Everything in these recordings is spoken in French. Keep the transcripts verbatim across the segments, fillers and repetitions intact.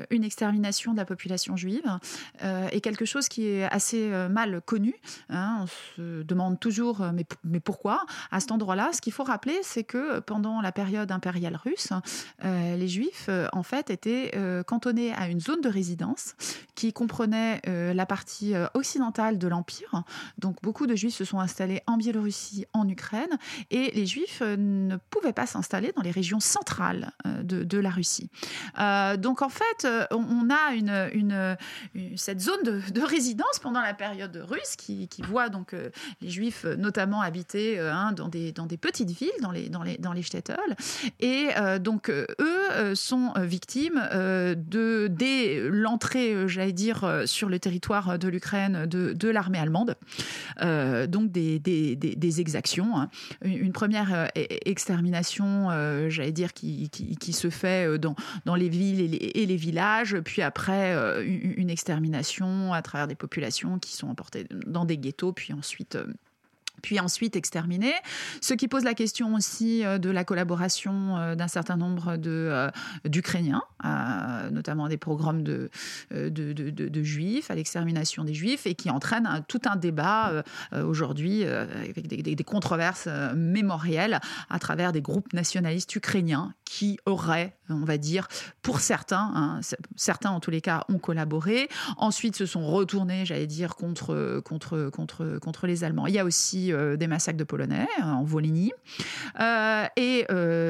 une extermination de la population juive euh, est quelque chose qui est assez euh, mal connu. Hein. On se demande toujours, mais, mais pourquoi ? À cet endroit-là, ce qu'il faut rappeler, c'est que pendant la période impériale russe, euh, les Juifs, euh, en fait, étaient euh, cantonnés à une zone de résidence qui comprenait euh, la partie euh, occidentale de l'Empire. Donc, beaucoup de Juifs se sont installés en Biélorussie, en Ukraine, et les Juifs euh, ne pouvaient pas s'installer dans les régions centrales euh, de, de la Russie. Euh, donc, en fait, on, on a une, une, une, cette zone de, de résidence pendant la période russe qui, qui voit donc euh, les Juifs notamment habiter euh, hein, dans, des, dans des petites villes, dans les, dans les, dans les shtetls. Et euh, donc, euh, eux euh, sont victimes euh, de, dès l'entrée, euh, j'allais dire, euh, sur le territoire de l'Ukraine de, de l'armée allemande. Euh, donc, des, des, des, des exactions. Hein. Une première euh, extermination, euh, j'allais dire, qui, qui, qui se fait dans, dans les villes et les, et les villages. Puis après, euh, une, une extermination à travers des populations qui sont emportées dans des ghettos, puis ensuite... Euh, puis ensuite exterminés. Ce qui pose la question aussi de la collaboration d'un certain nombre de, euh, d'Ukrainiens, euh, notamment des pogroms de, de, de, de, de Juifs, à l'extermination des Juifs, et qui entraîne un, tout un débat euh, aujourd'hui euh, avec des, des, des controverses euh, mémorielles à travers des groupes nationalistes ukrainiens qui auraient, on va dire, pour certains, hein, certains en tous les cas ont collaboré, ensuite se sont retournés, j'allais dire, contre, contre, contre, contre les Allemands. Il y a aussi euh, des massacres de Polonais euh, en Volhynie. Euh, et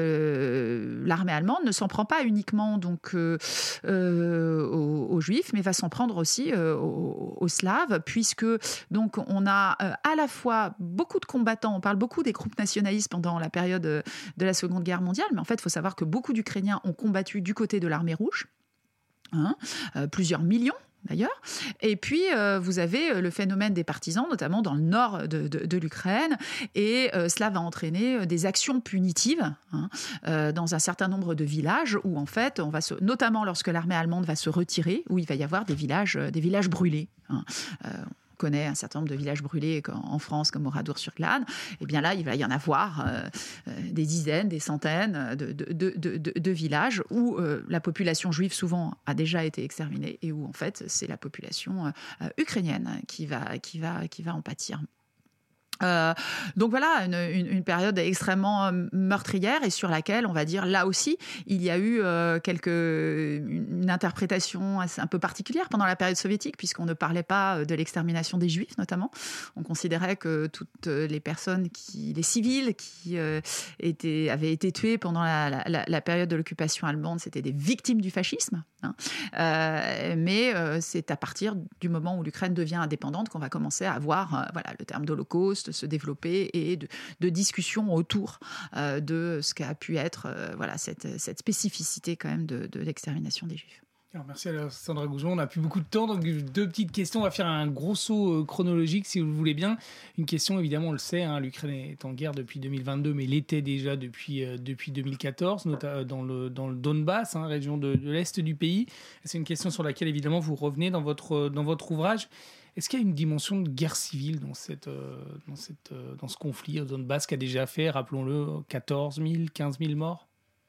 euh, l'armée allemande ne s'en prend pas uniquement donc, euh, euh, aux, aux Juifs, mais va s'en prendre aussi euh, aux, aux Slaves, puisque donc, on a euh, à la fois beaucoup de combattants, on parle beaucoup des groupes nationalistes pendant la période de la Seconde Guerre mondiale, mais en fait, il faut savoir que beaucoup d'Ukrainiens ont combattu du côté de l'armée rouge, hein, euh, plusieurs millions d'ailleurs. Et puis, euh, vous avez le phénomène des partisans, notamment dans le nord de, de, de l'Ukraine, et euh, cela va entraîner des actions punitives hein, euh, dans un certain nombre de villages où, en fait, on va se, notamment lorsque l'armée allemande va se retirer, où il va y avoir des villages, des villages brûlés. Hein. Euh, connaît un certain nombre de villages brûlés en France comme Oradour-sur-Glane, et bien là, il va y en avoir euh, des dizaines, des centaines de, de, de, de, de villages où euh, la population juive souvent a déjà été exterminée et où en fait c'est la population euh, ukrainienne qui va, qui va, qui va en pâtir. Euh, donc voilà, une, une, une période extrêmement meurtrière et sur laquelle, on va dire, là aussi, il y a eu euh, quelque, une interprétation assez, un peu particulière pendant la période soviétique, puisqu'on ne parlait pas de l'extermination des Juifs, notamment. On considérait que toutes les personnes, qui, les civils qui euh, étaient, avaient été tués pendant la, la, la période de l'occupation allemande, c'était des victimes du fascisme. Hein. Euh, mais euh, c'est à partir du moment où l'Ukraine devient indépendante qu'on va commencer à avoir euh, voilà, le terme d'Holocauste se développer et de, de discussions autour euh, de ce qu'a pu être euh, voilà, cette, cette spécificité quand même de, de l'extermination des Juifs. Alors merci Alessandra Guzman, on n'a plus beaucoup de temps, donc deux petites questions, on va faire un gros saut chronologique si vous le voulez bien. Une question, évidemment, on le sait, hein, l'Ukraine est en guerre depuis deux mille vingt-deux, mais l'était déjà depuis, euh, depuis deux mille quatorze, notamment dans le, dans le Donbass, hein, région de, de l'Est du pays. C'est une question sur laquelle, évidemment, vous revenez dans votre, dans votre ouvrage. Est-ce qu'il y a une dimension de guerre civile dans, cette, euh, dans, cette, euh, dans ce conflit au Donbass qui a déjà fait, rappelons-le, quatorze mille, quinze mille morts ?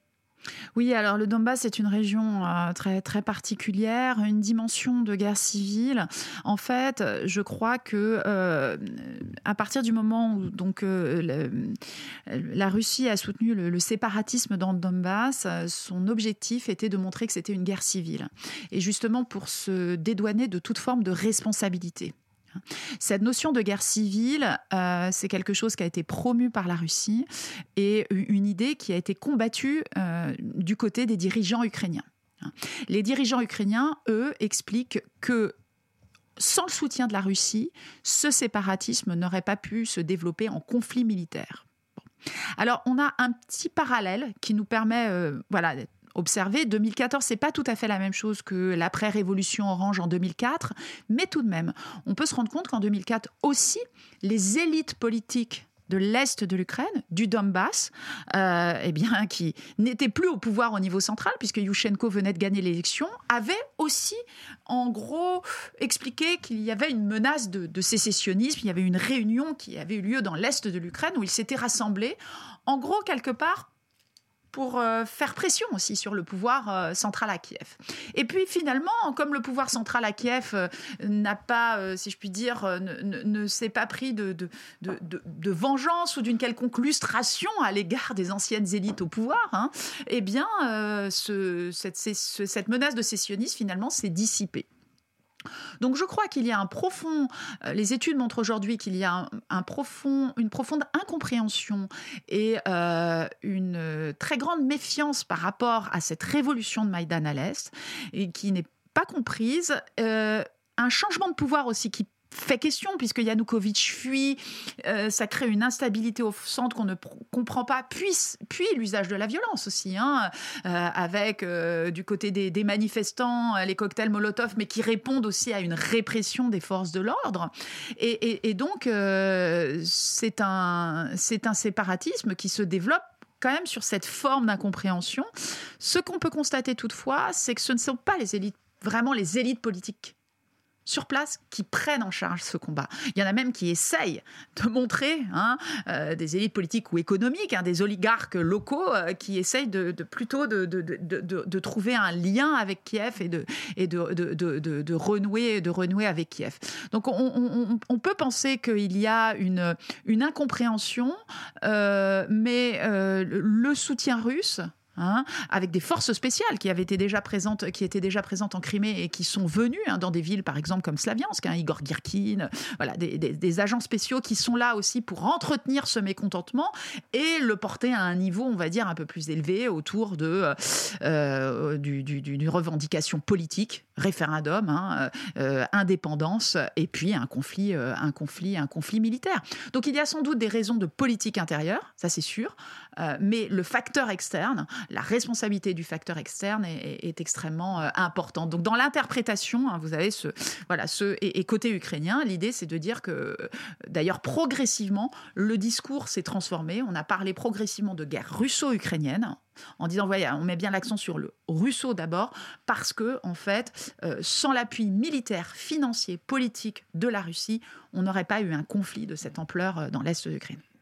Oui, alors le Donbass est une région euh, très, très particulière, une dimension de guerre civile. En fait, je crois que euh, à partir du moment où donc, euh, le, la Russie a soutenu le, le séparatisme dans le Donbass, son objectif était de montrer que c'était une guerre civile. Et justement pour se dédouaner de toute forme de responsabilité. Cette notion de guerre civile, euh, c'est quelque chose qui a été promu par la Russie et une idée qui a été combattue euh, du côté des dirigeants ukrainiens. Les dirigeants ukrainiens, eux, expliquent que sans le soutien de la Russie, ce séparatisme n'aurait pas pu se développer en conflit militaire. Bon. Alors, on a un petit parallèle qui nous permet euh, voilà, d'être observé. deux mille quatorze, c'est pas tout à fait la même chose que l'après-révolution orange en deux mille quatre, mais tout de même, on peut se rendre compte qu'en deux mille quatre aussi, les élites politiques de l'Est de l'Ukraine, du Donbass, euh, eh bien, qui n'étaient plus au pouvoir au niveau central, puisque Yushchenko venait de gagner l'élection, avaient aussi, en gros, expliqué qu'il y avait une menace de, de sécessionnisme. Il y avait une réunion qui avait eu lieu dans l'Est de l'Ukraine où ils s'étaient rassemblés, en gros, quelque part, pour euh, faire pression aussi sur le pouvoir euh, central à Kiev. Et puis finalement, comme le pouvoir central à Kiev euh, n'a pas, euh, si je puis dire, euh, ne, ne, ne s'est pas pris de, de, de, de, de vengeance ou d'une quelconque lustration à l'égard des anciennes élites au pouvoir, hein, eh bien, euh, ce, cette, ce, cette menace de sétionnisme finalement s'est dissipée. Donc je crois qu'il y a un profond, euh, les études montrent aujourd'hui qu'il y a un, un profond, une profonde incompréhension et euh, une euh, très grande méfiance par rapport à cette révolution de Maïdan à l'Est et qui n'est pas comprise. Euh, un changement de pouvoir aussi qui fait question, puisque Yanukovych fuit, euh, ça crée une instabilité au centre qu'on ne pr- comprend pas, puis, puis l'usage de la violence aussi, hein, euh, avec euh, du côté des, des manifestants, les cocktails Molotov, mais qui répondent aussi à une répression des forces de l'ordre. Et, et, et donc, euh, c'est un, c'est un séparatisme qui se développe quand même sur cette forme d'incompréhension. Ce qu'on peut constater toutefois, c'est que ce ne sont pas les élites, vraiment les élites politiques sur place qui prennent en charge ce combat. Il y en a même qui essayent de montrer, hein, euh, des élites politiques ou économiques, hein, des oligarques locaux euh, qui essayent de, de plutôt de, de, de, de, de trouver un lien avec Kiev et de, et de, de, de, de, de, renouer, de renouer avec Kiev. Donc on, on, on peut penser qu'il y a une, une incompréhension, euh, mais euh, le soutien russe, Hein, avec des forces spéciales qui avaient été déjà présentes, qui étaient déjà présentes en Crimée et qui sont venues, hein, dans des villes par exemple comme Slaviansk, hein, Igor Girkin, voilà, des, des, des agents spéciaux qui sont là aussi pour entretenir ce mécontentement et le porter à un niveau, on va dire, un peu plus élevé autour de euh, du, du, d'une revendication politique, référendum, hein, euh, indépendance et puis un conflit, euh, un conflit, un conflit militaire. Donc il y a sans doute des raisons de politique intérieure, ça c'est sûr, euh, mais le facteur externe, la responsabilité du facteur externe est, est, est extrêmement euh, importante. Donc dans l'interprétation, hein, vous avez ce, voilà, ce et, et côté ukrainien, l'idée c'est de dire que, d'ailleurs progressivement, le discours s'est transformé. On a parlé progressivement de guerre russo-ukrainienne, en disant, voilà, on met bien l'accent sur le russo d'abord, parce que, en fait, euh, sans l'appui militaire, financier, politique de la Russie, on n'aurait pas eu un conflit de cette ampleur dans l'Est de l'Ukraine.